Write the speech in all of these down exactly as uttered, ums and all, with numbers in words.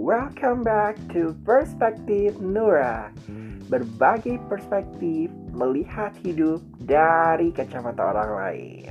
welcome back to Perspektif Nura. Berbagi perspektif melihat hidup dari kacamata orang lain.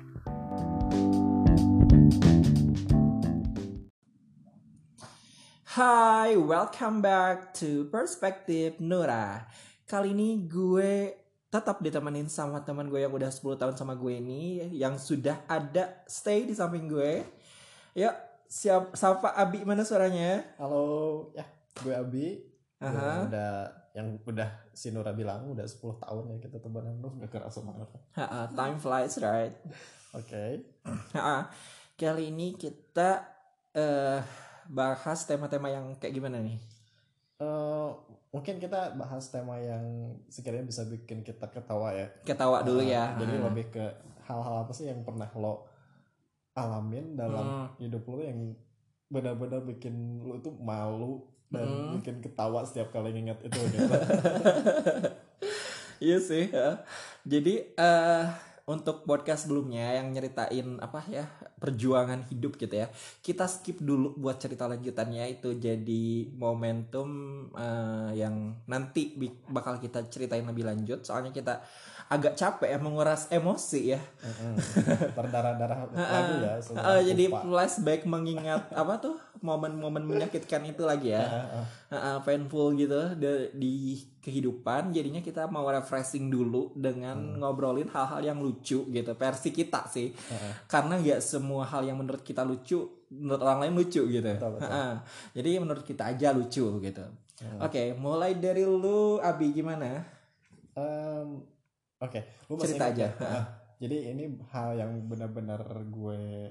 Hai, welcome back to Perspektif Nura. Kali ini gue tetap ditemenin sama teman gue yang udah sepuluh tahun sama gue ini, yang sudah ada stay di samping gue. Yuk, siap sapa Abi, mana suaranya? Halo, ya gue Abi. Gue Aha. udah yang udah si Nura bilang udah sepuluh tahun ya kita temenan, lu gak kerasa banget. Ha-ha, time flies, right? Oke. Ha-ha. Kali ini kita uh, bahas tema-tema yang kayak gimana nih? Uh, mungkin kita bahas tema yang sekiranya bisa bikin kita ketawa ya. Ketawa dulu Uh, ya. Jadi Ha. lebih ke hal-hal apa sih yang pernah lo alamin dalam Hmm. hidup lo yang benar-benar bikin lo tuh malu dan Hmm. bikin ketawa setiap kali nginget itu gitu. Iya sih. Ya. Jadi uh, untuk podcast sebelumnya yang nyeritain apa ya perjuangan hidup gitu ya, kita skip dulu buat cerita lanjutannya, itu jadi momentum uh, yang nanti bi- bakal kita ceritain lebih lanjut. Soalnya kita agak capek ya menguras emosi ya. Berdarah-darah lagu ya. Uh, jadi flashback mengingat apa tuh momen-momen menyakitkan itu lagi ya. Uh, painful gitu di, di kehidupan. Jadinya kita mau refreshing dulu dengan hmm. ngobrolin hal-hal yang lucu gitu, versi kita sih. Uh-huh. Karena gak semua hal yang menurut kita lucu menurut orang lain lucu gitu. Betul, betul. Uh-huh. Jadi menurut kita aja lucu gitu. uh-huh. Oke, okay, mulai dari lu Abi, gimana? Um, Oke, okay. Cerita aja. Uh, jadi ini hal yang benar-benar gue,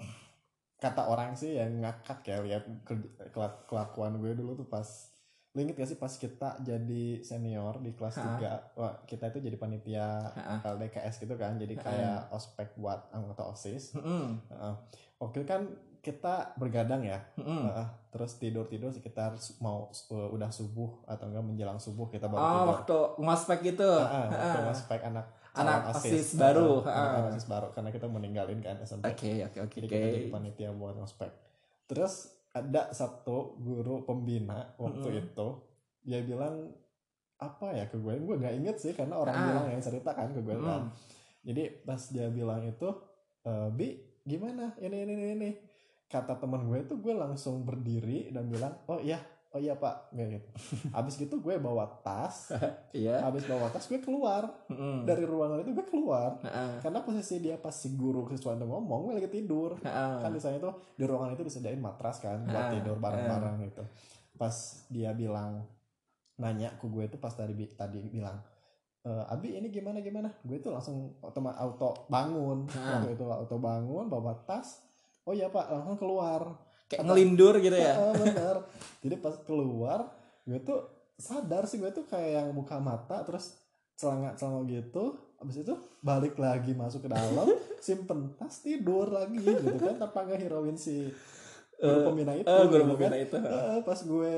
kata orang sih yang ngakak ya lihat kelakuan gue dulu tuh pas, lu inget gak sih pas kita jadi senior di kelas tiga, wah kita itu jadi panitia L D K S gitu kan, jadi kayak ospek buat anggota OSIS. uh, Waktu itu kan kita bergadang ya, uh, terus tidur-tidur sekitar mau uh, udah subuh atau enggak menjelang subuh kita baru oh, tidur. waktu ngospek gitu. Uh, uh, waktu ngospek anak anak OSIS, OSIS baru. Uh, uh, anak OSIS baru karena kita meninggalin kan S M P. Oke, oke, oke. Jadi kita jadi panitia buat ngospek. Terus ada satu guru pembina waktu mm-hmm. itu, dia bilang apa ya ke gue, gue nggak inget sih karena orang ah. bilang yang cerita kan ke gue mm. kan. Jadi pas dia bilang itu, e, Bi gimana ini ini ini ini, kata teman gue itu gue langsung berdiri dan bilang oh iya oh iya pak, kayak gitu. Abis gitu gue bawa tas, yeah. Abis bawa tas gue keluar mm. dari ruangan itu gue keluar, uh-uh. karena posisi dia pas si guru siswa itu ngomong gue lagi tidur, uh-uh. kan misalnya tuh di ruangan itu disediain matras kan buat uh-uh. tidur bareng-bareng uh-uh. gitu. Pas dia bilang nanya ke gue itu pas tadi tadi bilang e, Abi ini gimana gimana, gue itu langsung otomatis auto bangun, uh-uh. waktu itu auto bangun bawa tas, oh iya pak, langsung keluar. Kayak ngelindur gitu ya. Oh, bener. Jadi pas keluar gue tuh sadar sih, gue tuh kayak yang buka mata terus celanga-celanga gitu, abis itu balik lagi masuk ke dalam, simpen tas, tidur lagi gitu kan, tanpa ngehirauin si guru pembina itu. Uh, guru gitu pembina kan. itu. Uh, pas gue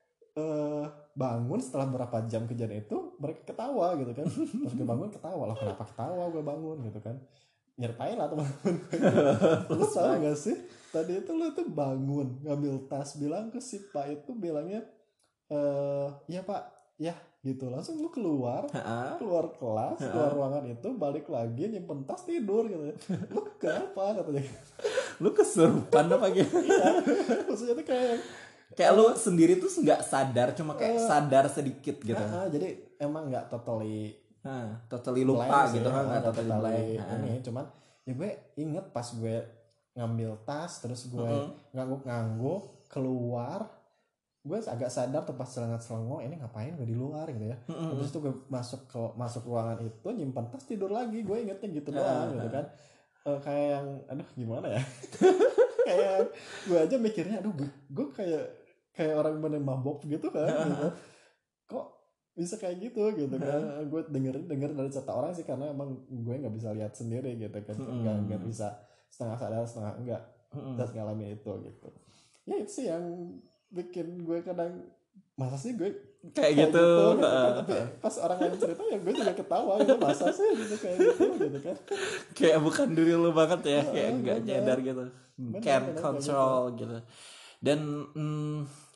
uh, bangun setelah berapa jam kejadian itu, mereka ketawa gitu kan. Pas gue bangun ketawa, lah kenapa ketawa gue bangun gitu kan. Nyertain lah teman-teman gue. Lu tau gak sih tadi itu lu tuh bangun ngambil tas, bilang ke si pak itu bilangnya e, ya pak ya gitu, langsung lu keluar Ha-ha. keluar kelas, Ha-ha. keluar ruangan itu, balik lagi nyimpen tas, tidur gitu. Lu kenapa katanya, lu kesurupan apa gitu. Iya, maksudnya tuh kayak kayak uh, lu sendiri tuh nggak sadar, cuma kayak uh, sadar sedikit gitu. Uh, jadi emang nggak totally Nah, totally lupa gitu kan, nggak totally blank ini, cuman ya gue inget pas gue ngambil tas terus gue mm-hmm. ngangguk-ngangguk keluar, gue agak sadar tuh pas selengat-selengok ini ngapain gue di luar gitu ya. Mm-hmm. Terus itu gue masuk ke masuk ruangan itu, nyimpan tas, tidur lagi, gue ingetnya gitu doang uh-huh. gitu kan. Uh, kayak yang aduh gimana ya. Kayak gue aja mikirnya aduh gue, gue kayak kayak orang bener mabok gitu kan gitu. Kok bisa kayak gitu gitu kan. Uh-huh. Gue denger denger dari cerita orang sih, karena emang gue nggak bisa lihat sendiri gitu kan. Mm-hmm. nggak nggak bisa setengah sadar setengah enggak mm-hmm. terus ngalamin itu gitu. Ya itu sih yang bikin gue kadang masa sih gue kayak, kayak gitu, gitu, gitu kan. Tapi pas orang lain cerita ya gue juga ketawa gitu, masa sih gitu kayak gitu gitu kan. Kayak bukan diri lu banget ya, kayak enggak nyadar gitu, can't control gitu. gitu. Dan mm,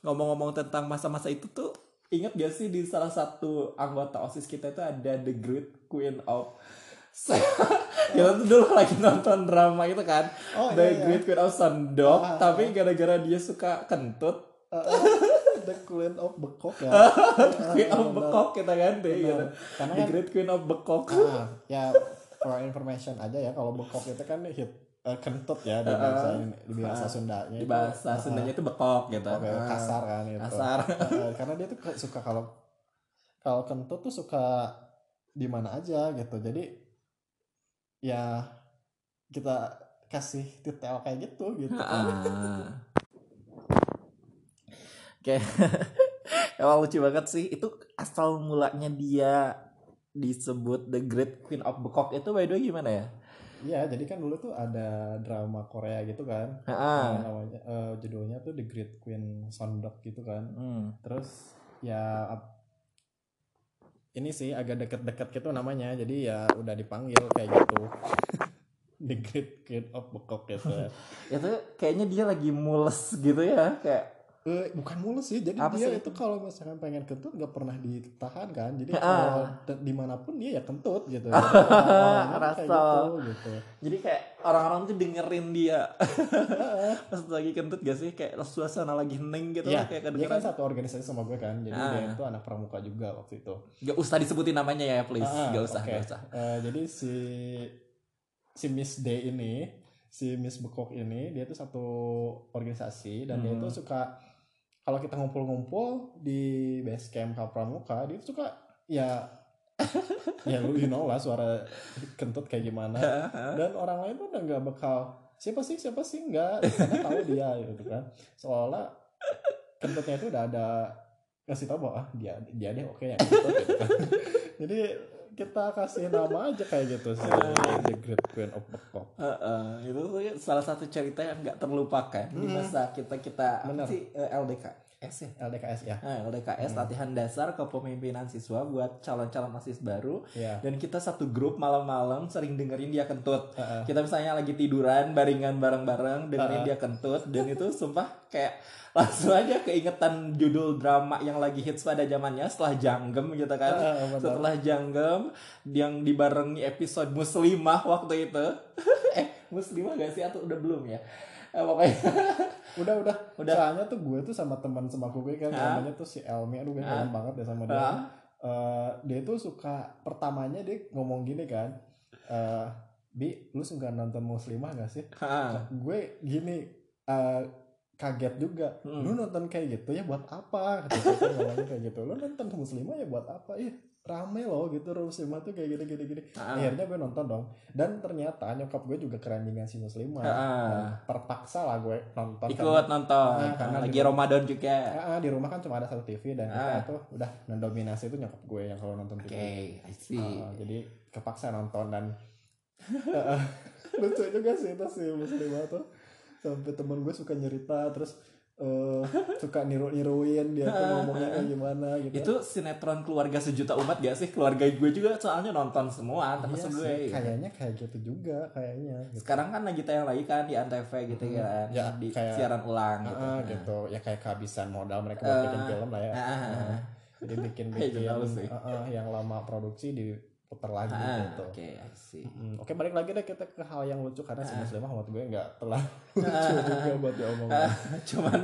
ngomong-ngomong tentang masa-masa itu tuh, ingat gak sih di salah satu anggota OSIS kita itu ada The Great Queen of kita tuh dulu lagi nonton drama itu kan, Oh, The iya, iya. Great Queen of Sundog, Ah, ah, tapi gara-gara dia suka kentut, Uh, uh, The Queen of Bekok ya. Queen of Bekok kita ganti gitu. Karena The kan Great Queen of Bekok. ah, ya for information aja ya, kalau Bekok itu kan hit eh, kentut ya di bahasa di bahasa Sundanya Di itu, bahasa ah, Sundanya itu bekok gitu. oke, Ah, kasar kan itu. kasar. Ah, ah, karena dia tuh ke- suka kalau kalau kentut tuh suka di mana aja gitu. Jadi ya kita kasih detail kayak gitu gitu. Ah. Kayak emang lucu banget sih. Itu asal mulanya dia disebut The Great Queen of Bekok itu by the way gimana ya? Iya, jadi kan dulu tuh ada drama Korea gitu kan. Ah. Nah, namanya eh, judulnya tuh The Great Queen Sondok gitu kan. Hmm. Terus ya ap- ini sih agak deket-deket gitu namanya. Jadi ya udah dipanggil kayak gitu. The Great Queen of Bekok gitu. Itu kayaknya dia lagi mules gitu ya, kayak Eh, bukan mulus sih, jadi Apa dia sih itu kalau misalkan pengen kentut nggak pernah ditahan kan, jadi Ah. kalau te- dimanapun dia ya kentut gitu. Jadi orang-orangnya kayak Rasa. gitu gitu. Jadi kayak orang-orang tuh dengerin dia pas lagi kentut gak sih, kayak suasana lagi hening gitu Iya, kayak dia kan kedengeran. satu organisasi sama gue kan, jadi Ah. dia itu anak pramuka juga waktu itu. Gak usah disebutin namanya ya please, Ah, gak usah, oke. gak usah. Eh, jadi si si Miss D ini, si Miss Bekok ini, dia tuh satu organisasi dan dia Hmm. tuh suka kalau kita ngumpul-ngumpul di base camp Pramuka, dia tuh suka ya ya lu you know lah suara kentut kayak gimana, dan orang lain tuh udah nggak bakal siapa sih siapa sih nggak, karena tahu dia gitu kan, seolah kentutnya itu udah ada ngasih tau bahwa ah, dia dia deh oke yang kentut gitu kan. Jadi kita kasih nama aja kayak gitu sih, The Great Queen of Bekok. Uh, uh, itu tuh salah satu cerita yang nggak terlupakan di masa kita kita apa Bener. sih eh, L D K S ya. L D K S ya. Nah, L D K S latihan dasar kepemimpinan siswa buat calon-calon OSIS baru. Iya. Dan kita satu grup malam-malam sering dengerin dia kentut. Uh-uh. Kita misalnya lagi tiduran baringan bareng-bareng dengerin Uh-uh. dia kentut, dan itu sumpah kayak langsung aja keingetan judul drama yang lagi hits pada zamannya, Setelah Janggem gitu kan. Uh-uh, benar. Setelah Janggem yang dibarengi episode Muslimah waktu itu. eh Muslimah gak sih atau udah belum ya? Eh, pokoknya udah udah Udah. soalnya tuh gue tuh sama teman semaku gue kan, Hah? namanya tuh si Elmi, aduh gue Hah? kangen banget deh sama dia. Hah? Eh, dia tuh suka, pertamanya dia ngomong gini kan, eh Bi, lu suka nonton Muslimah gak sih? Ah. Gue gini, eh, kaget juga, Hmm. lu nonton kayak gitu ya buat apa? Kata gue kan ngomongnya kayak gitu, lu nonton Muslimah ya buat apa? Ih rame loh gitu, Muslimah tuh kayak gini gini gini. Ah. Akhirnya gue nonton dong, dan ternyata nyokap gue juga keranjingan si Muslimah. Ah. Dan terpaksa lah gue nonton, ikut nonton Nah, karena karena lagi di- Ramadan juga. Ah, ah, di rumah kan cuma ada satu T V, dan kita Ah. tuh udah mendominasi itu nyokap gue yang kalau nonton Oke, T V. I see. Ah, jadi kepaksa nonton, dan ah, ah, lucu juga sih itu si Muslimah tuh, sampai temen gue suka nyerita, terus eh, suka niru-niruin dia tuh ngomongnya kayak gimana gitu. Itu sinetron keluarga sejuta umat gak sih? Keluarga gue juga soalnya nonton semua, Iya termasuk sih, gue. gitu. kayaknya kayak gitu juga kayaknya. Gitu. Sekarang kan lagi tayang lagi kan di Antv gitu kan, Ya, di kayak- siaran ulang Ah, gitu. ah, Nah. gitu ya, kayak kehabisan modal mereka buat bikin Ah, film lah ya. ah, ah, Ah, ah. jadi bikin Kayak bikin tahu sih. yang lama produksi diputar lagi Ah, gitu. Oke, I see. Hmm, Oke, balik lagi deh kita ke hal yang lucu, karena si Ah. Muslimah menurut gue nggak terlalu lucu juga buat diomongin. Ah, cuman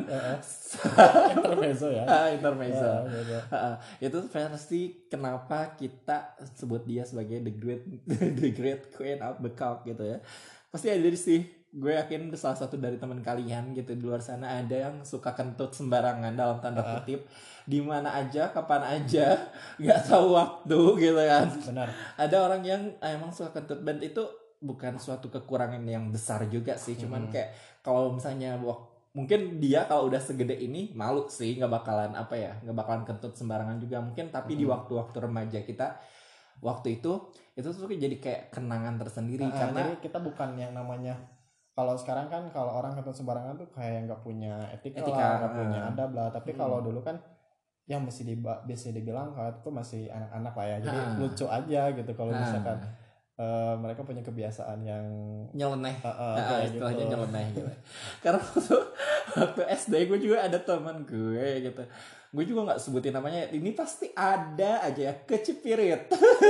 Intermezzo ya. ah, intermezzo. Ah, gitu. Ah, itu versi kenapa kita sebut dia sebagai the great the great queen of Bekok gitu ya. Pasti ada sih, gue yakin salah satu dari teman kalian gitu di luar sana ada yang suka kentut sembarangan dalam tanda kutip, di mana aja kapan aja nggak tahu waktu gitu kan. Benar. Ada orang yang emang suka kentut, dan itu bukan suatu kekurangan yang besar juga sih, cuman kayak kalau misalnya wak- mungkin dia kalau udah segede ini malu sih, nggak bakalan apa ya nggak bakalan kentut sembarangan juga mungkin, tapi di waktu-waktu remaja kita waktu itu itu tuh jadi kayak kenangan tersendiri. Ah, karena jadi kita bukan yang namanya, kalau sekarang kan kalau orang kentut sembarangan tuh kayak nggak punya etika, Etika, lah, nggak ah. punya adab lah. Tapi Hmm. kalau dulu kan yang mesti diba- bisa dibilang kalau itu masih anak-anak lah ya, jadi Ah. lucu aja gitu kalau Ah. misalkan uh, mereka punya kebiasaan yang nyeleneh, uh, uh, nah, kayak istilahnya gitu. nyeleneh gitu. Karena waktu, waktu S D gue juga ada teman gue gitu, gue juga nggak sebutin namanya, ini pasti ada aja ya kecipirit.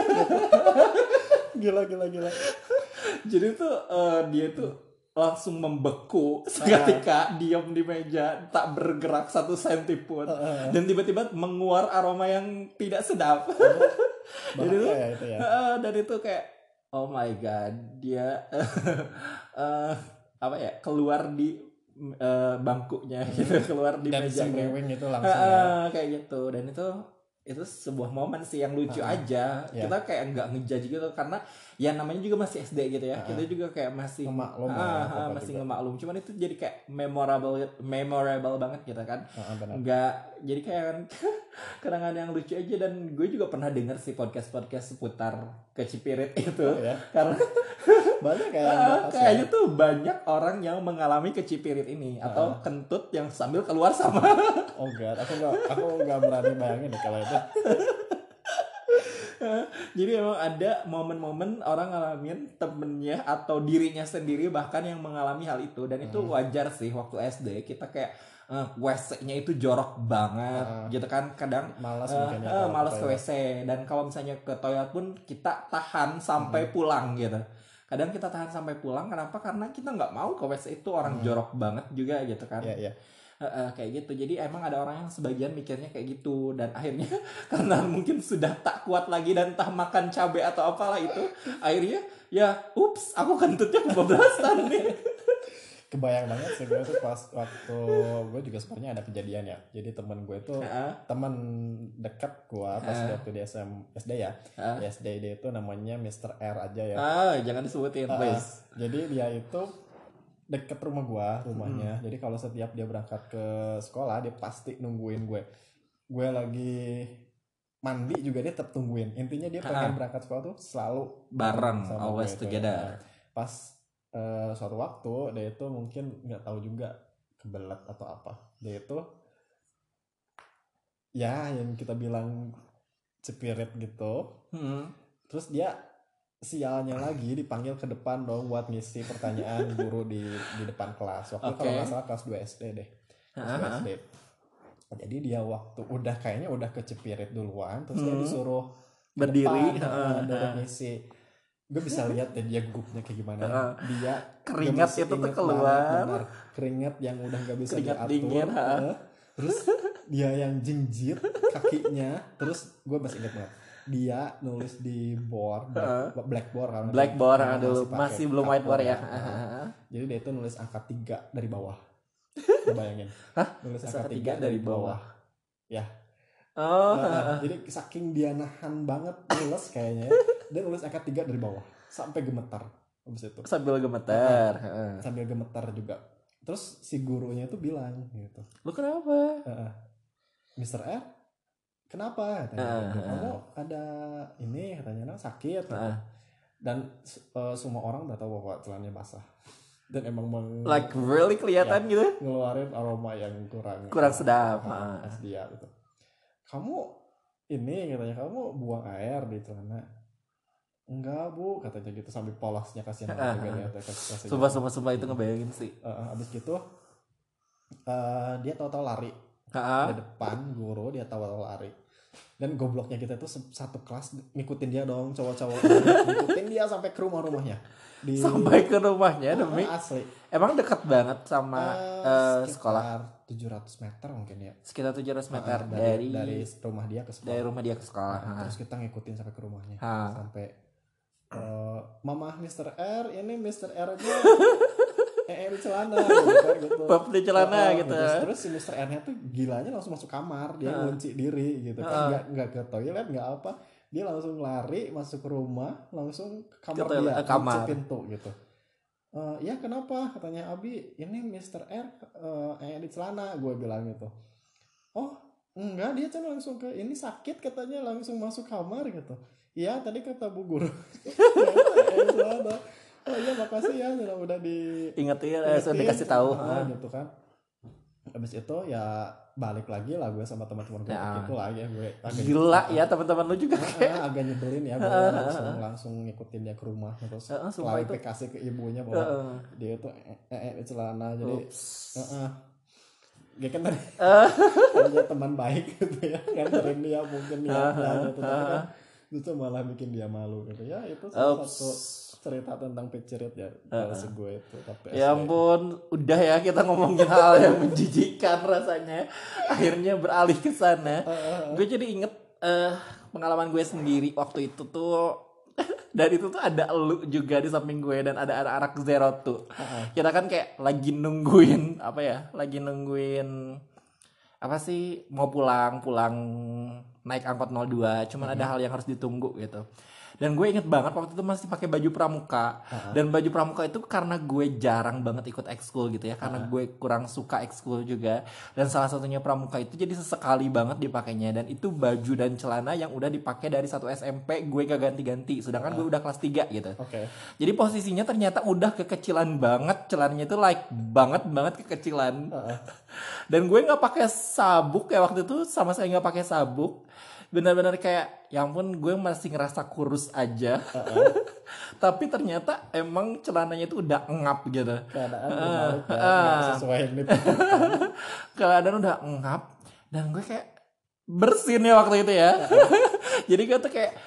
Gila gila gila. Jadi tuh uh, dia tuh langsung membeku seketika, diam di meja, tak bergerak satu senti pun, Uh, uh. dan tiba-tiba menguar aroma yang tidak sedap. Jadi tuh, ya itu ya. uh, dan itu kayak oh my god, dia uh, apa ya, keluar di uh, bangkunya gitu, keluar di Dan mejanya. semrewing itu langsung uh, ya. kayak gitu. Dan itu itu sebuah momen sih yang lucu uh, aja. Yeah. Kita kayak nggak ngejudge gitu karena ya namanya juga masih S D gitu ya. Uh, kita juga kayak masih ngemaklum, uh, ya, uh, masih ngemaklum. Cuman itu jadi kayak memorable memorable banget gitu kan. Uh, nggak jadi kayak kenangan yang lucu aja. Dan gue juga pernah denger sih podcast-podcast seputar kecipirit itu. Oh, ya? Karena banyak kayak uh, kayaknya tuh banyak orang yang mengalami kecipirit ini uh. atau kentut yang sambil keluar sama. Oh god, aku nggak aku nggak berani bayangin deh kalau itu. Jadi emang ada momen-momen orang ngalamin temennya atau dirinya sendiri bahkan yang mengalami hal itu. Dan itu wajar sih, waktu S D kita kayak uh, W C-nya itu jorok banget uh, gitu kan. Kadang malas uh, mungkin ya, uh, malas ke W C. Dan kalau misalnya ke toilet pun kita tahan sampai hmm. pulang gitu. Kadang kita tahan sampai pulang, kenapa? Karena kita nggak mau ke W C itu, orang hmm. jorok banget juga gitu kan. Iya, iya. Uh, uh, kayak gitu. Jadi emang ada orang yang sebagian mikirnya kayak gitu. Dan akhirnya karena mungkin sudah tak kuat lagi dan entah makan cabai atau apalah itu, akhirnya ya ups, aku kentutnya kebablasan nih. Kebayang banget sih gue tuh pas waktu gue juga sebenarnya ada kejadian ya. Jadi temen gue tuh uh. teman dekat gue pas uh. waktu di S M S D ya. uh. Di S D dia itu namanya mister R aja ya. Ah, jangan disebutin uh. please. Jadi dia itu deket rumah gue, rumahnya. Hmm. Jadi kalau setiap dia berangkat ke sekolah, dia pasti nungguin gue. Gue lagi mandi juga dia tetap tungguin. Intinya dia pengen berangkat sekolah tuh selalu bareng, always together. Ya. Pas uh, suatu waktu dia itu mungkin nggak tahu juga kebelet atau apa. Dia itu ya yang kita bilang cepirit gitu. Hmm. Terus dia sialnya lagi dipanggil ke depan dong buat ngisi pertanyaan guru di di depan kelas. Waktu okay. kalau nggak salah kelas dua S D deh. Kelas uh-huh. dua S D. Jadi dia waktu udah kayaknya udah kecepirit duluan, terus hmm. dia disuruh berdiri, depan, uh, uh, ngisi. Gue bisa lihat deh dia gugupnya kayak gimana. Uh, dia keringat itu tuh keluar. Banget, keringat yang udah nggak bisa keringat diatur. Dingin, uh, terus dia yang jinjit kakinya. Terus gue masih ingat banget. Dia nulis di board, black, uh, blackboard kan. Blackboard kan dulu, masih, masih belum whiteboard ya. Uh, jadi dia itu nulis angka tiga dari bawah. Lo bayangin. Hah? Nulis angka tiga dari bawah. Ya. Oh. Uh, jadi saking dia nahan banget nulis kayaknya, dia nulis angka tiga dari bawah sampai gemetar. Habis itu. Sambil gemetar. Uh, sambil gemetar juga. Terus si gurunya itu bilang gitu. Lu kenapa? Uh, mister R kenapa? Katanya, uh, kamu ada ini katanya sakit. Uh. Dan uh, semua orang udah tahu bahwa celananya basah. Dan emang meng- like really kelihatan ya, gitu. Ngeluarin aroma yang kurang kurang sedap. Uh, pas dia gitu. Kamu ini katanya kamu buang air di celana. Enggak bu, katanya gitu sambil polosnya kasihan uh, juga uh. Sumpah sumpah sumpah itu ngebayangin sih. Uh, abis gitu uh, dia tahu-tahu lari. Uh-huh. Di depan guru dia tahu-tahu lari. Dan gobloknya kita tuh satu kelas ngikutin dia dong, cowok-cowok ngikutin dia sampai ke rumah-rumahnya. Di... Sampai ke rumahnya oh, demi asli. Emang dekat banget sama uh, uh, sekolah. tujuh ratus meter mungkin ya. Sekitar tujuh ratus meter uh, dari, dari dari rumah dia ke sekolah. Dari rumah dia ke sekolah. Nah, terus kita ngikutin sampai ke rumahnya. Ha. Sampai uh, Mama mister R, ini mister R-nya eh di celana gitu. Bab di celana uh, gitu. Terus, terus si mister R-nya tuh gilanya langsung masuk kamar, dia uh. ngunci diri gitu kan. Enggak uh. enggak ke toilet, enggak apa. Dia langsung lari masuk ke rumah, langsung ke kamar ke dia, uh, kamar. Kunci pintu gitu. Uh, ya kenapa? Katanya Abi, ini mister R uh, eh di celana, gue bilang gitu. Oh enggak, dia kan langsung ke ini sakit katanya, langsung masuk kamar gitu. Iya tadi kata Bu Guru. eh celana. Oh iya makasih ya sudah udah di ingetin, eh, sudah dikasih tahu uh, gitu kan. Habis itu ya balik lagi lah gue sama teman-teman gue Ya. gitu lah ya gue agak Gila ya teman-teman lu juga Ah, kayak. ah, agak nyebelin ya gue langsung langsung ngikutin dia ke rumah terus Ah, ah, sumpah itu. klarifikasi ke ibunya bahwa Heeh. dia tuh eh, eh, eh, celana jadi Ups. Heeh. Dia kan tadi tadinya teman baik gitu ya nganterin dia mungkin niatnya gitu tapi kan itu malah bikin dia malu gitu ya itu salah Ups. satu cerita tentang pecerit ya versi gue itu tapi Ya ampun, udah ya kita ngomongin hal yang menjijikan rasanya. Akhirnya beralih ke sana. Gue jadi inget eh, pengalaman gue sendiri waktu itu tuh. Dan itu tuh ada lu juga di samping gue dan ada anak-anak Zero tuh. Kita kan kayak lagi nungguin apa ya? Lagi nungguin apa sih mau pulang pulang naik angkot nol dua. Cuman ada hal yang harus ditunggu gitu. Dan gue inget banget waktu itu masih pakai baju pramuka. Uh-huh. Dan baju pramuka itu karena gue jarang banget ikut ekskul gitu ya. Karena uh-huh. gue kurang suka ekskul juga. Dan salah satunya pramuka itu jadi sesekali banget dipakainya. Dan itu baju dan celana yang udah dipakai dari satu S M P gue gak ganti-ganti. Sedangkan uh-huh. gue udah kelas tiga gitu. Okay. Jadi posisinya ternyata udah kekecilan banget. Celananya itu like banget banget kekecilan. Uh-huh. Dan gue gak pakai sabuk ya waktu itu. Sama saya gak pakai sabuk. Benar-benar kayak ya ampun gue masih ngerasa kurus aja. Uh-uh. Tapi ternyata emang celananya itu udah ngap gitu. Keadaan uh, ya, uh, sesuai yang diperlukan. Keadaan udah ngap dan gue kayak bersin ya waktu itu ya. Uh-uh. Jadi gue tuh kayak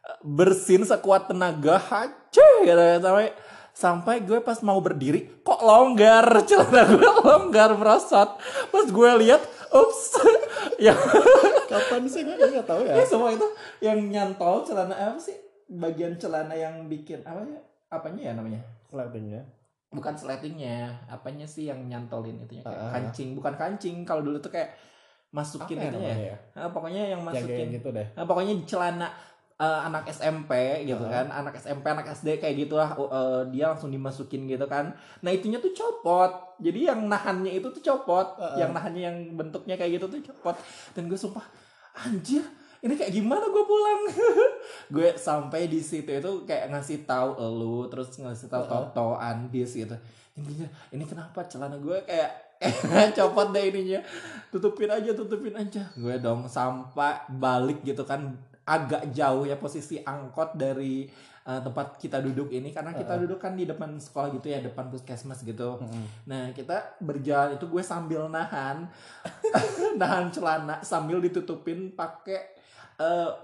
bersin sekuat tenaga hace gitu sampai sampai gue pas mau berdiri kok longgar, celana gue longgar merosot. Pas gue lihat ups. Ya kapan sih gue nggak tahu ya. Ya semua itu yang nyantol celana apa sih? Bagian celana yang bikin apa ya? Apanya ya namanya? Sletingnya. Bukan sletingnya, apanya sih yang nyantolin itunya kayak uh, kancing, bukan kancing. Kalau dulu tuh kayak masukin apa itunya ya. ya? Nah, pokoknya yang masukin ya, gitu deh. Nah, pokoknya celana uh, anak S M P gitu uh. kan, anak S M P, anak S D kayak gitulah uh, dia langsung dimasukin gitu kan. Nah, itunya tuh copot. Jadi yang nahannya itu tuh copot, uh. yang nahannya yang bentuknya kayak gitu tuh copot. Dan gue sumpah, anjir, ini kayak gimana gue pulang? Gue sampai di situ itu kayak ngasih tahu elu, terus ngasih tahu uh. Toto, Andis gitu. Intinya, ini kenapa celana gue kayak copot deh ininya, tutupin aja tutupin aja gue dong sampai balik gitu kan, agak jauh ya posisi angkot dari uh, tempat kita duduk ini karena kita uh. duduk kan di depan sekolah gitu ya, depan puskesmas gitu. uh. Nah kita berjalan itu gue sambil nahan nahan celana sambil ditutupin pakai uh,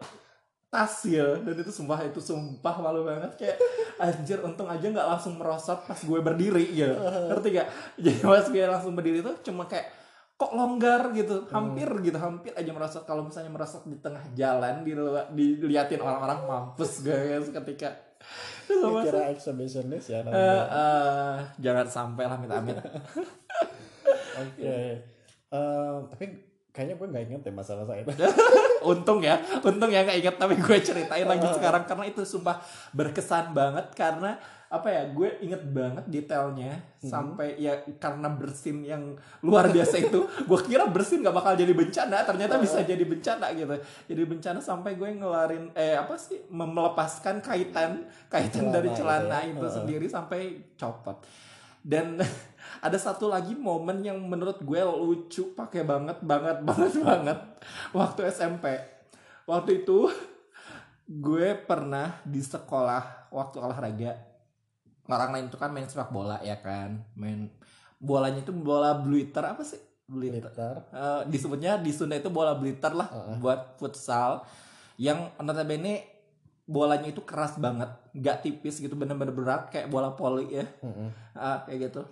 tas ya, dan itu sumpah itu sumpah malu banget kayak anjir, untung aja nggak langsung merosot pas gue berdiri gitu, ngerti gak? Jadi pas gue langsung berdiri tuh cuma kayak kok longgar gitu, hampir gitu hampir aja merosot. Kalau misalnya merosot di tengah jalan diliatin orang-orang, mampus gue seketika. Kira exhibitionist ya uh, uh, jangan sampai lah, amit-amit. Oke okay. uh, tapi kayaknya gue nggak inget ya masalah itu. Untung ya, untung ya nggak inget, tapi gue ceritain lagi sekarang karena itu sumpah berkesan banget. Karena apa ya, gue inget banget detailnya hmm. sampai ya karena bersin yang luar biasa itu. Gue kira bersin nggak bakal jadi bencana, ternyata bisa jadi bencana gitu. Jadi bencana sampai gue ngeluarin eh apa sih melepaskan kaitan kaitan celana dari celana itu, ya. itu uh. sendiri sampai copot. Dan ada satu lagi momen yang menurut gue lucu, pakai banget banget banget banget waktu S M P. Waktu itu gue pernah di sekolah waktu olahraga. Orang lain itu kan main sepak bola ya kan, main bolanya itu bola bliter apa sih? Bliter. Uh, disebutnya di Sunda itu bola bliter lah, uh-uh. buat futsal. Yang notabene bolanya itu keras banget, nggak tipis gitu, bener-bener berat kayak bola poli ya, uh-uh. uh, kayak gitu.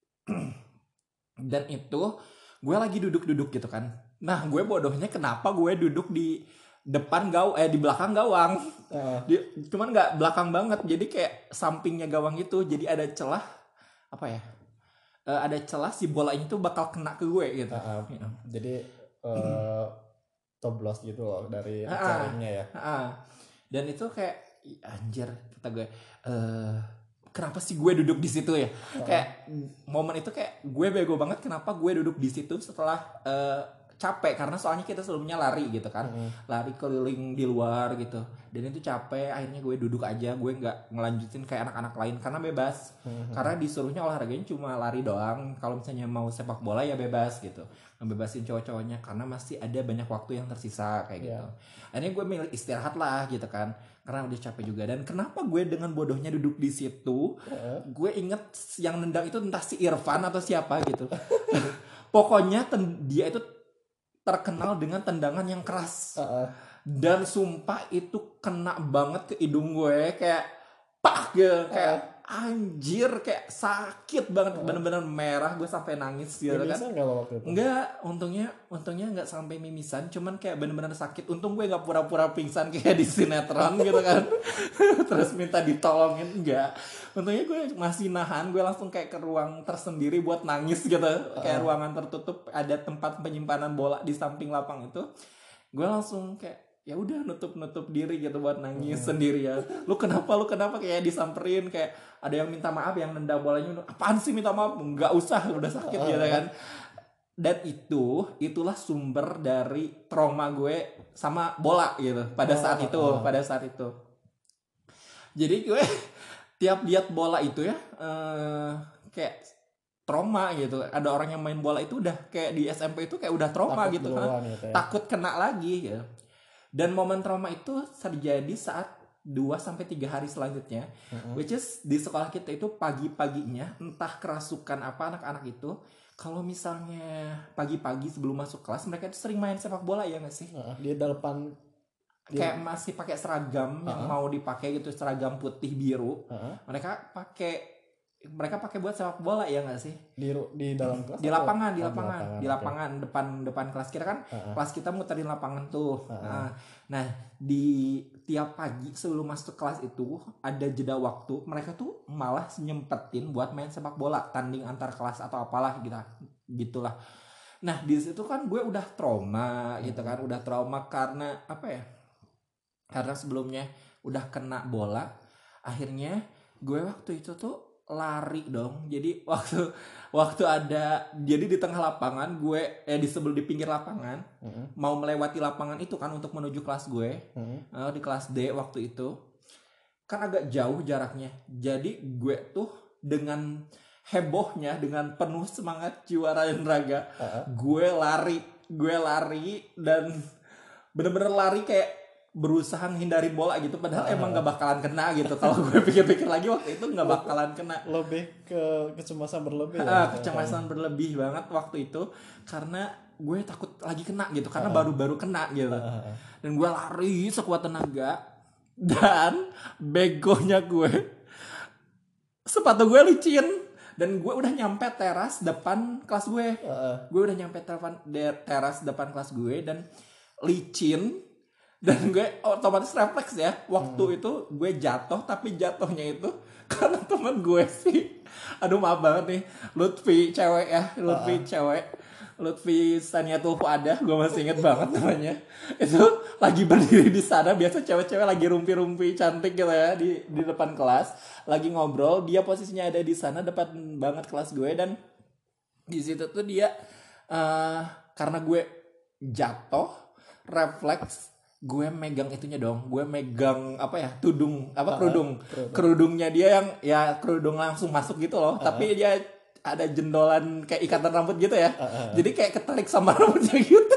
Dan itu gue lagi duduk-duduk gitu kan. Nah gue bodohnya kenapa gue duduk di depan gaw eh di belakang gawang, uh. di, cuman nggak belakang banget, jadi kayak sampingnya gawang itu, jadi ada celah apa ya, uh, ada celah si bolanya itu bakal kena ke gue gitu. Uh, uh, you know. Jadi uh, toblos gitu loh dari uh, jaringnya ya. Uh, uh. Dan itu kayak anjir, kata gue, uh, kenapa sih gue duduk di situ ya? Uh. Kayak momen itu kayak gue bego banget, kenapa gue duduk di situ setelah uh, capek karena soalnya kita sebelumnya lari gitu kan, mm. lari keliling di luar gitu, dan itu capek. Akhirnya gue duduk aja, gue nggak ngelanjutin kayak anak-anak lain karena bebas, mm-hmm. karena disuruhnya olahraganya cuma lari doang. Kalau misalnya mau sepak bola ya bebas gitu, ngebebasin cowok-cowoknya karena masih ada banyak waktu yang tersisa kayak gitu. Yeah. Akhirnya gue milih istirahat lah gitu kan, karena udah capek juga. Dan kenapa gue dengan bodohnya duduk di situ, uh-huh. gue inget yang nendang itu entah si Irfan atau siapa gitu. Pokoknya ten- dia itu terkenal dengan tendangan yang keras, uh-uh. dan sumpah itu kena banget ke hidung gue, kayak pak gitu, kayak uh-uh. anjir, kayak sakit banget, uh-uh. bener-bener merah, gue sampai nangis gitu kan. Mimisan nggak waktu itu? Enggak, untungnya untungnya nggak sampai mimisan, cuman kayak bener-bener sakit. Untung gue nggak pura-pura pingsan kayak di sinetron gitu kan, terus minta ditolongin, enggak. Untungnya gue masih nahan, gue langsung kayak ke ruang tersendiri buat nangis gitu, uh. kayak ruangan tertutup, ada tempat penyimpanan bola di samping lapang itu. Gue langsung kayak ya udah nutup-nutup diri gitu buat nangis uh. sendiri ya. Lu kenapa lu kenapa kayak disamperin, kayak ada yang minta maaf, yang nendang bolanya, apaan sih minta maaf, nggak usah, udah sakit uh. gitu kan. Dan itu itulah sumber dari trauma gue sama bola gitu pada saat uh. itu, pada saat itu. Jadi gue tiap lihat bola itu ya uh, kayak trauma gitu. Ada orang yang main bola itu udah kayak di S M P itu kayak udah trauma takut gitu kan, gitu ya. Takut kena lagi gitu. Dan momen trauma itu terjadi saat dua sampai tiga hari selanjutnya, uh-huh. which is di sekolah kita itu pagi-paginya entah kerasukan apa anak-anak itu, kalau misalnya pagi-pagi sebelum masuk kelas mereka itu sering main sepak bola ya nggak sih? Uh, dia depan kayak masih pakai seragam uh-huh. yang mau dipakai gitu, seragam putih biru. Uh-huh. Mereka pakai mereka pakai buat sepak bola ya nggak sih? Di di dalam kelas? Di lapangan, di lapangan, di lapangan, di lapangan okay. depan depan kelas kita kan. Uh-huh. Kelas kita muterin lapangan tuh. Uh-huh. Nah, nah di tiap pagi sebelum masuk kelas itu ada jeda waktu, mereka tuh malah nyempetin buat main sepak bola, tanding antar kelas atau apalah gitu, gitulah. Nah di situ kan gue udah trauma uh-huh. gitu kan, udah trauma karena apa ya? Karena sebelumnya udah kena bola, akhirnya gue waktu itu tuh lari dong. Jadi waktu waktu ada jadi di tengah lapangan gue eh di sebelum di pinggir lapangan, uh-huh. mau melewati lapangan itu kan untuk menuju kelas gue, uh-huh. uh, di kelas D waktu itu kan agak jauh jaraknya. Jadi gue tuh dengan hebohnya, dengan penuh semangat jiwa dan raga, uh-huh. gue lari, gue lari dan bener-bener lari kayak berusaha menghindari bola gitu, padahal uh, emang gak bakalan kena gitu. Kalau gue pikir-pikir lagi waktu itu gak bakalan kena. Lebih ke kecemasan berlebih ya? Uh, kecemasan berlebih banget waktu itu, karena gue takut lagi kena gitu, karena uh, baru-baru kena gitu. Uh, dan gue lari sekuat tenaga, dan begonya gue sepatu gue licin, dan gue udah nyampe teras depan kelas gue. Uh, gue udah nyampe teras, teras depan kelas gue dan licin. Dan gue otomatis refleks ya, waktu hmm. itu gue jatuh, tapi jatuhnya itu karena teman gue sih, aduh maaf banget nih, Lutfi cewek ya, Lutfi uh. cewek, Lutfi Saniatul Fuadah, gue masih inget banget namanya. Itu lagi berdiri di sana, biasa cewek-cewek lagi rumpi-rumpi cantik gitu ya di di depan kelas, lagi ngobrol, dia posisinya ada di sana depan banget kelas gue. Dan di situ tuh dia uh, karena gue jatuh, refleks, gue megang itunya dong, gue megang apa ya, tudung apa kerudung, uh, kerudungnya dia yang ya kerudung langsung masuk gitu loh, uh, tapi dia ada jendolan kayak ikatan rambut gitu ya, uh, uh, jadi kayak ketarik sama rambutnya gitu.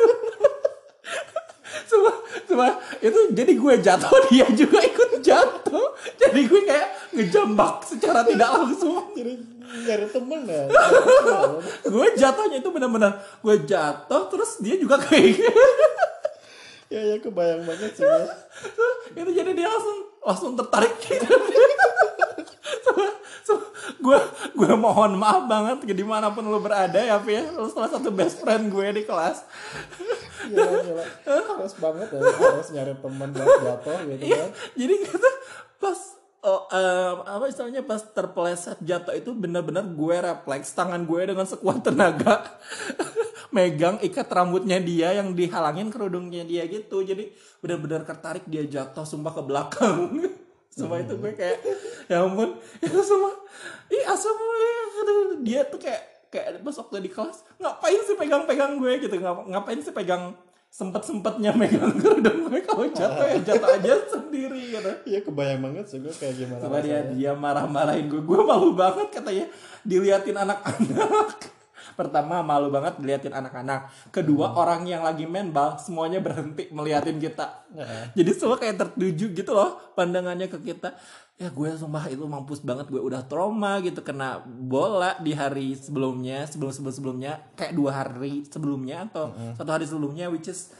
Cuma, cuma itu jadi gue jatuh, dia juga ikut jatuh, jadi gue kayak ngejambak secara tidak langsung. Jadi nyari temen ya. Gue jatuhnya itu benar-benar gue jatuh, terus dia juga kayak ya ya kebayang banget sih ya. Itu jadi dia langsung langsung tertarik gitu. So, gue gue mohon maaf banget dimanapun lu berada ya, Pi, lu salah satu best friend gue di kelas. Gila, gila. Harus banget ya, harus nyari teman buat jatuh gitu kan. Jadi gitu pas oh, um, apa istilahnya pas terpeleset jatuh itu benar-benar gue refleks, tangan gue dengan sekuat tenaga megang ikat rambutnya dia yang dihalangin kerudungnya dia gitu. Jadi benar-benar tertarik, dia jatuh sumpah ke belakang. Sumpah hmm. itu gue kayak ya ampun, itu semua ih asam dia tuh kayak kayak pas waktu di kelas ngapain sih pegang-pegang gue gitu, Ngap- ngapain sih pegang sempet-sempetnya megang kerudung gue, kalau jatuh ya jatuh aja sendiri gitu. Iya kebayang banget sih gue kayak gimana. Coba dia dia marah-marahin gue, gue malu banget katanya diliatin anak-anak. Pertama malu banget diliatin anak-anak. Kedua hmm. orang yang lagi main bal semuanya berhenti meliatin kita. Hmm. Jadi semua kayak tertuju gitu loh pandangannya ke kita. Ya gue sumpah itu mampus banget, gue udah trauma gitu kena bola di hari sebelumnya, sebelum sebelum sebelumnya kayak dua hari sebelumnya atau hmm. satu hari sebelumnya, which is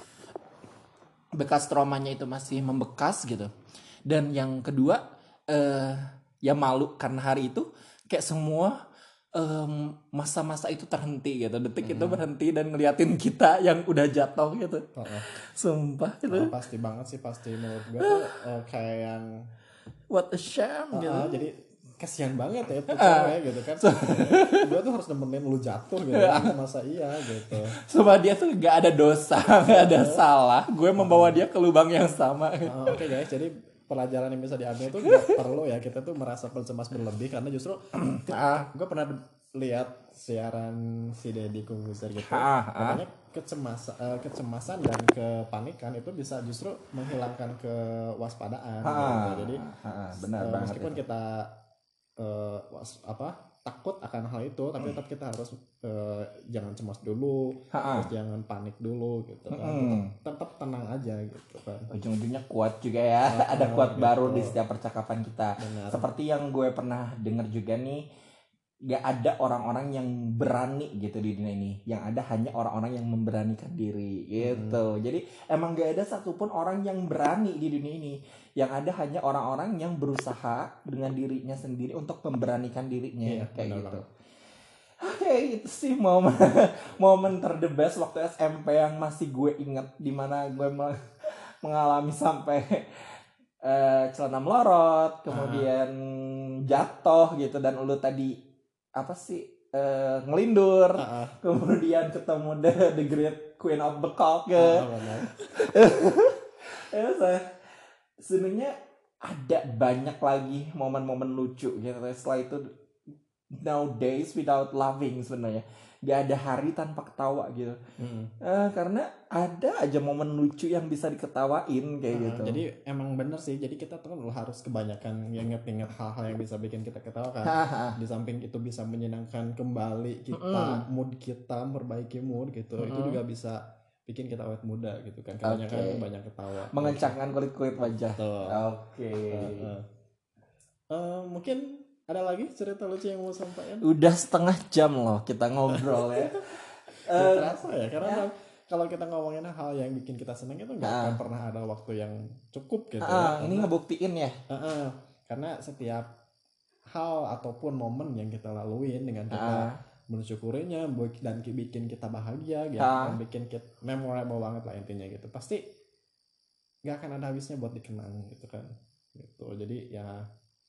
bekas traumanya itu masih membekas gitu. Dan yang kedua uh, ya malu karena hari itu kayak semua Um, masa-masa itu terhenti gitu, detik hmm. itu berhenti dan ngeliatin kita yang udah jatuh gitu. Uh-uh. Sumpah itu. Oh, pasti banget sih, pasti menurut gue tuh uh, kayak yang what a shame uh-uh, gitu. Jadi kasihan banget ya tuh cewek gitu kan. So, gue tuh harus nemenin lu jatuh gitu. Masa iya gitu. Sumpah dia tuh gak ada dosa, gak ada salah. Gue membawa dia ke lubang yang sama. Uh, Oke okay guys, jadi pelajaran yang bisa diambil tuh gak perlu ya kita tuh merasa cemas berlebih, karena justru ah. gue pernah lihat siaran si Deddy Corbuzier gitu, ah, ah. katanya kecemasan, uh, kecemasan dan kepanikan itu bisa justru menghilangkan kewaspadaan. Ah, gitu. Jadi ah, benar uh, banget meskipun itu. kita uh, was, apa takut akan hal itu, tapi tetap kita harus uh, jangan cemas dulu, terus jangan panik dulu gitu kan. Hmm. Tetap, tetap tenang aja gitu kan. Ujung-ujungnya kuat juga ya. Oh, ada kuat gitu. Baru di setiap percakapan kita. Benar. Seperti yang gue pernah dengar juga nih, gak ada orang-orang yang berani gitu di dunia ini. Yang ada hanya orang-orang yang memberanikan diri gitu. Hmm. Jadi emang gak ada satupun orang yang berani di dunia ini. Yang ada hanya orang-orang yang berusaha dengan dirinya sendiri untuk memberanikan dirinya. Iya, kayak gitu. Oke, okay, itu sih momen momen terdebes waktu S M P yang masih gue ingat, dimana gue mengalami sampai uh, celana melorot, kemudian uh-huh. jatuh gitu, dan lu tadi apa sih uh, ngelindur, uh-huh. kemudian ketemu the, the great queen of the cock ya. Uh-huh. Ya saya sebenarnya ada banyak lagi momen-momen lucu gitu. Setelah itu no days without laughing sebenarnya. Gak ada hari tanpa ketawa gitu. Hmm. Uh, karena ada aja momen lucu yang bisa diketawain kayak uh, gitu. Jadi emang bener sih. Jadi kita tuh harus kebanyakan inget-inget hal-hal yang bisa bikin kita ketawa kan. Di samping itu bisa menyenangkan kembali kita, mm. mood kita, memperbaiki mood gitu. Mm. Itu juga bisa bikin kita awet muda gitu kan. Kebanyakan okay. banyak ketawa. Mengencangkan kulit-kulit wajah. Oke. Okay. Uh, uh. Uh, mungkin ada lagi cerita lucu yang mau sampaikan? Udah setengah jam loh kita ngobrol ya. Gak terasa ya, karena ya. Kalau kita ngomongin hal yang bikin kita seneng itu nggak akan pernah ada waktu yang cukup gitu. Uh, ya. Ini ngebuktiin ya. Uh, uh, karena setiap hal ataupun momen yang kita laluin dengan kita uh. mensyukurinya dan bikin kita bahagia, gitu, uh. dan bikin kita memorable banget lah intinya gitu. Pasti nggak akan ada habisnya buat dikenang gitu kan. Gitu. Jadi ya.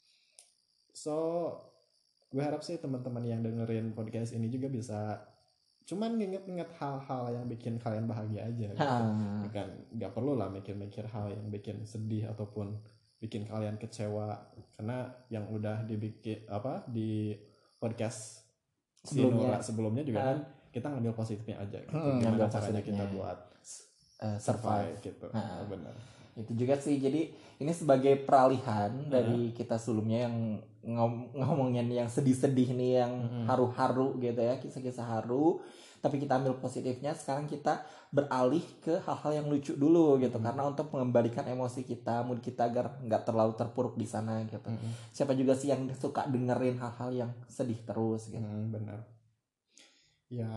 So, gue harap sih teman-teman yang dengerin podcast ini juga bisa cuman nginget-nginget hal-hal yang bikin kalian bahagia aja gitu. Bukan, gak perlu lah mikir-mikir hal yang bikin sedih ataupun bikin kalian kecewa, karena yang udah dibikin apa di podcast sebelumnya, sebelumnya juga ha. kan kita ngambil positifnya aja gitu. Hmm, gimana caranya kita buat uh, survive, survive gitu. Ha. Oh, benar. Itu juga sih, jadi ini sebagai peralihan uh-huh. dari kita sebelumnya yang ngom- ngomongin yang sedih-sedih nih, yang uh-huh. haru-haru gitu ya, kisah-kisah haru, tapi kita ambil positifnya. Sekarang kita beralih ke hal-hal yang lucu dulu gitu, uh-huh. karena untuk mengembalikan emosi kita, mood kita agar nggak terlalu terpuruk di sana gitu. Uh-huh. Siapa juga sih yang suka dengerin hal-hal yang sedih terus gitu. Uh-huh, benar. Ya.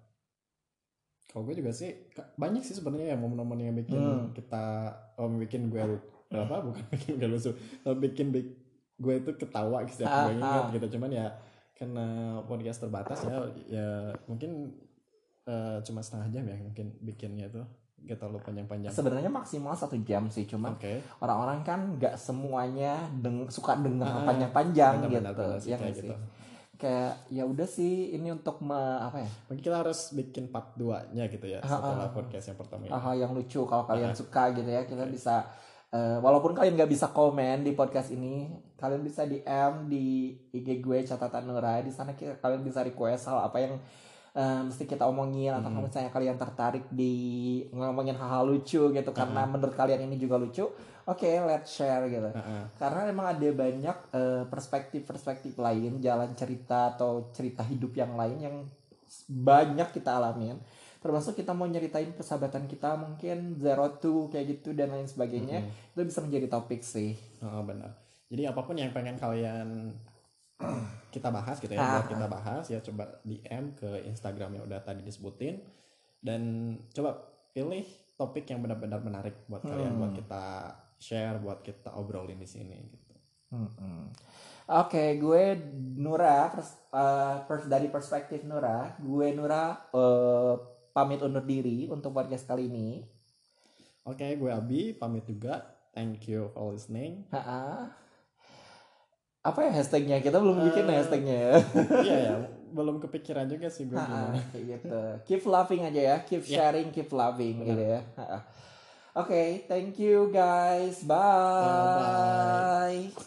Kalau gue juga sih banyak sih sebenarnya ya momen-momen yang bikin hmm. kita oh bikin gue apa bukan bikin gue lucu, bikin gue itu ketawa setiap ah, gue ingat ah. gitu. Cuman ya karena podcast terbatas ya ya mungkin uh, cuma setengah jam ya mungkin bikinnya tuh gak terlalu panjang-panjang. Sebenarnya maksimal satu jam sih, cuman okay. orang-orang kan nggak semuanya deng- suka dengar ah, panjang-panjang benar, gitu, benar, ya nggak sih. Gitu. Kayak ya udah sih ini untuk me, apa ya? Mungkin kita harus bikin part dua-nya gitu ya setelah uh, podcast yang pertama ini. Uh, yang lucu kalau kalian uh, suka gitu ya, kita okay. bisa uh, walaupun kalian nggak bisa komen di podcast ini, kalian bisa D M di I G gue catatan Nura. Di sana kita, kalian bisa request hal apa yang uh, mesti kita omongin, atau kalau misalnya kalian tertarik di ngomongin hal-hal lucu gitu karena uh-huh. menurut kalian ini juga lucu, oke okay, let's share gitu. Uh-huh. Karena memang ada banyak uh, perspektif-perspektif lain, jalan cerita atau cerita hidup yang lain yang banyak kita alamin. Termasuk kita mau nyeritain persahabatan kita mungkin zero to kayak gitu dan lain sebagainya. Mm-hmm. Itu bisa menjadi topik sih. Oh, benar. Jadi apapun yang pengen kalian kita bahas gitu ya, buat kita bahas ya, coba D M ke Instagram yang udah tadi disebutin, dan coba pilih topik yang benar-benar menarik buat hmm. kalian, buat kita share, buat kita obrolin di sini gitu. Hmm. Oke, okay, gue Nura, pers- uh, pers- dari perspektif Nura, gue Nura uh, pamit undur diri untuk podcast kali ini. Oke, okay, gue Abi pamit juga. Thank you for listening. Ha-ha. Apa ya hashtagnya? Kita belum uh, bikin hashtagnya ya. Iya ya, belum kepikiran juga sih gue gimana. Kayak gitu. Keep loving aja ya, keep yeah. sharing, keep loving. Benar. Gitu ya. Oke, okay, thank you guys. Bye. Bye.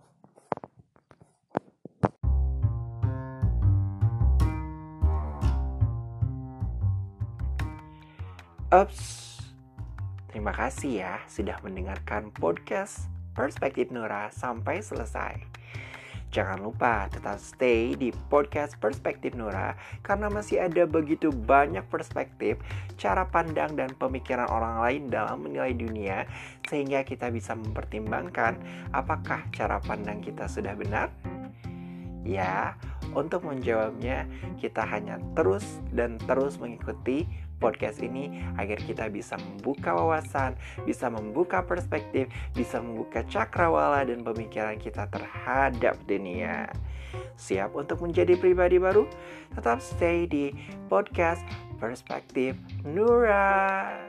Ups, terima kasih ya sudah mendengarkan podcast Perspektif Nura sampai selesai. Jangan lupa tetap stay di podcast Perspektif Nura karena masih ada begitu banyak perspektif, cara pandang dan pemikiran orang lain dalam menilai dunia, sehingga kita bisa mempertimbangkan apakah cara pandang kita sudah benar. Ya, untuk menjawabnya kita hanya terus dan terus mengikuti podcast ini agar kita bisa membuka wawasan, bisa membuka perspektif, bisa membuka cakrawala dan pemikiran kita terhadap dunia. Siap untuk menjadi pribadi baru? Tetap stay di podcast Perspektif Nura.